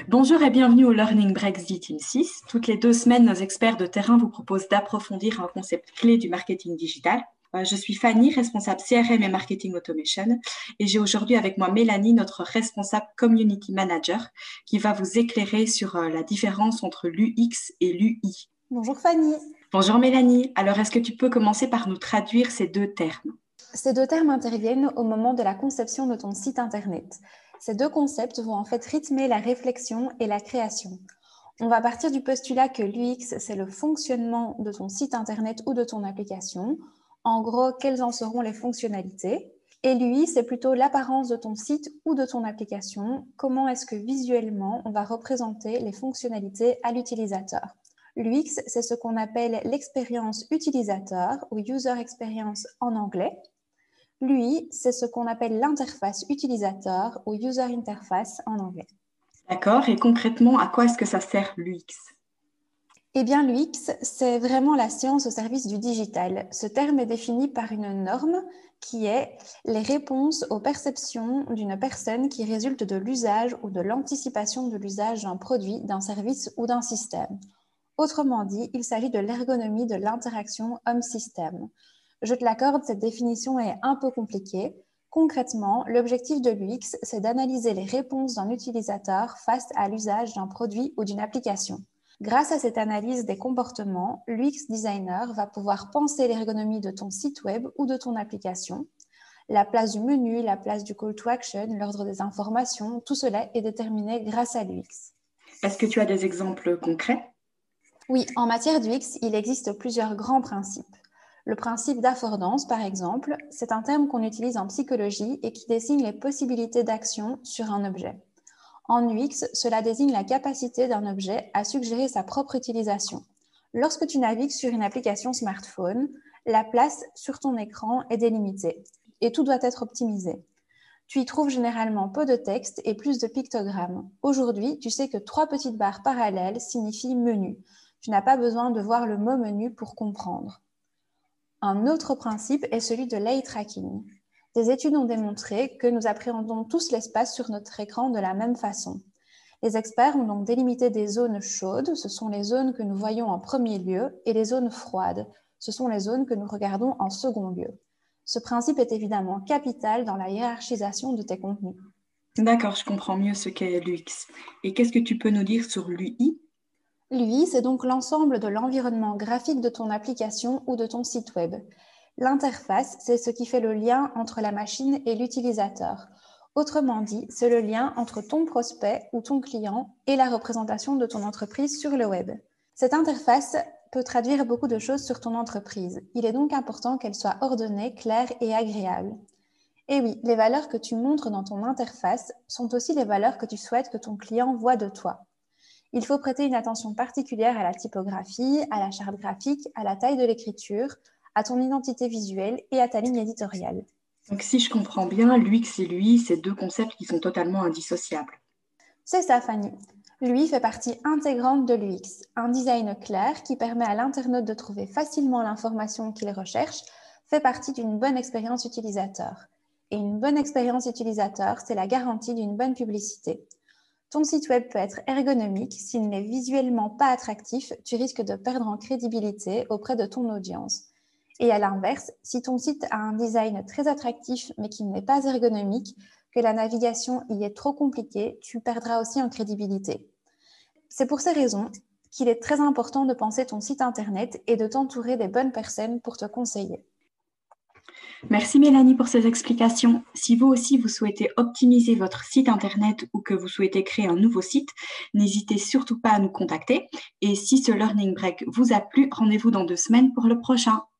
Bonjour et bienvenue au Learning Breaks d'e-Team 6. Toutes les 2 semaines, nos experts de terrain vous proposent d'approfondir un concept clé du marketing digital. Je suis Fanny, responsable CRM et Marketing Automation, et j'ai aujourd'hui avec moi Mélanie, notre responsable Community Manager, qui va vous éclairer sur la différence entre l'UX et l'UI. Bonjour Fanny. Bonjour Mélanie. Alors, est-ce que tu peux commencer par nous traduire ces deux termes ? Ces deux termes interviennent au moment de la conception de ton site internet. Ces deux concepts vont en fait rythmer la réflexion et la création. On va partir du postulat que l'UX, c'est le fonctionnement de ton site internet ou de ton application. En gros, quelles en seront les fonctionnalités. Et l'UI, c'est plutôt l'apparence de ton site ou de ton application. Comment est-ce que visuellement, on va représenter les fonctionnalités à l'utilisateur. L'UX, c'est ce qu'on appelle l'expérience utilisateur ou User Experience en anglais. L'UI, c'est ce qu'on appelle l'interface utilisateur ou User Interface en anglais. D'accord. Et concrètement, à quoi est-ce que ça sert l'UX ? Eh bien, l'UX, c'est vraiment la science au service du digital. Ce terme est défini par une norme qui est les réponses aux perceptions d'une personne qui résultent de l'usage ou de l'anticipation de l'usage d'un produit, d'un service ou d'un système. Autrement dit, il s'agit de l'ergonomie de l'interaction homme-système. Je te l'accorde, cette définition est un peu compliquée. Concrètement, l'objectif de l'UX, c'est d'analyser les réponses d'un utilisateur face à l'usage d'un produit ou d'une application. Grâce à cette analyse des comportements, l'UX designer va pouvoir penser l'ergonomie de ton site web ou de ton application. La place du menu, la place du call to action, l'ordre des informations, tout cela est déterminé grâce à l'UX. Est-ce que tu as des exemples concrets ? Oui, en matière d'UX, il existe plusieurs grands principes. Le principe d'affordance, par exemple, c'est un terme qu'on utilise en psychologie et qui désigne les possibilités d'action sur un objet. En UX, cela désigne la capacité d'un objet à suggérer sa propre utilisation. Lorsque tu navigues sur une application smartphone, la place sur ton écran est délimitée et tout doit être optimisé. Tu y trouves généralement peu de texte et plus de pictogrammes. Aujourd'hui, tu sais que 3 petites barres parallèles signifient menu. Tu n'as pas besoin de voir le mot menu pour comprendre. Un autre principe est celui de l'eye tracking. Des études ont démontré que nous appréhendons tous l'espace sur notre écran de la même façon. Les experts ont donc délimité des zones chaudes, ce sont les zones que nous voyons en premier lieu, et les zones froides, ce sont les zones que nous regardons en second lieu. Ce principe est évidemment capital dans la hiérarchisation de tes contenus. D'accord, je comprends mieux ce qu'est l'UX. Et qu'est-ce que tu peux nous dire sur l'UI ? L'UI, c'est donc l'ensemble de l'environnement graphique de ton application ou de ton site web. L'interface, c'est ce qui fait le lien entre la machine et l'utilisateur. Autrement dit, c'est le lien entre ton prospect ou ton client et la représentation de ton entreprise sur le web. Cette interface peut traduire beaucoup de choses sur ton entreprise. Il est donc important qu'elle soit ordonnée, claire et agréable. Et oui, les valeurs que tu montres dans ton interface sont aussi les valeurs que tu souhaites que ton client voit de toi. Il faut prêter une attention particulière à la typographie, à la charte graphique, à la taille de l'écriture, à ton identité visuelle et à ta ligne éditoriale. Donc, si je comprends bien, l'UX et l'UI, c'est deux concepts qui sont totalement indissociables. C'est ça, Fanny. L'UI fait partie intégrante de l'UX, un design clair qui permet à l'internaute de trouver facilement l'information qu'il recherche, fait partie d'une bonne expérience utilisateur. Et une bonne expérience utilisateur, c'est la garantie d'une bonne publicité. Ton site web peut être ergonomique, s'il n'est visuellement pas attractif, tu risques de perdre en crédibilité auprès de ton audience. Et à l'inverse, si ton site a un design très attractif mais qui n'est pas ergonomique, que la navigation y est trop compliquée, tu perdras aussi en crédibilité. C'est pour ces raisons qu'il est très important de penser ton site internet et de t'entourer des bonnes personnes pour te conseiller. Merci Mélanie pour ces explications. Si vous aussi vous souhaitez optimiser votre site internet ou que vous souhaitez créer un nouveau site, n'hésitez surtout pas à nous contacter. Et si ce Learning Break vous a plu, rendez-vous dans 2 semaines pour le prochain.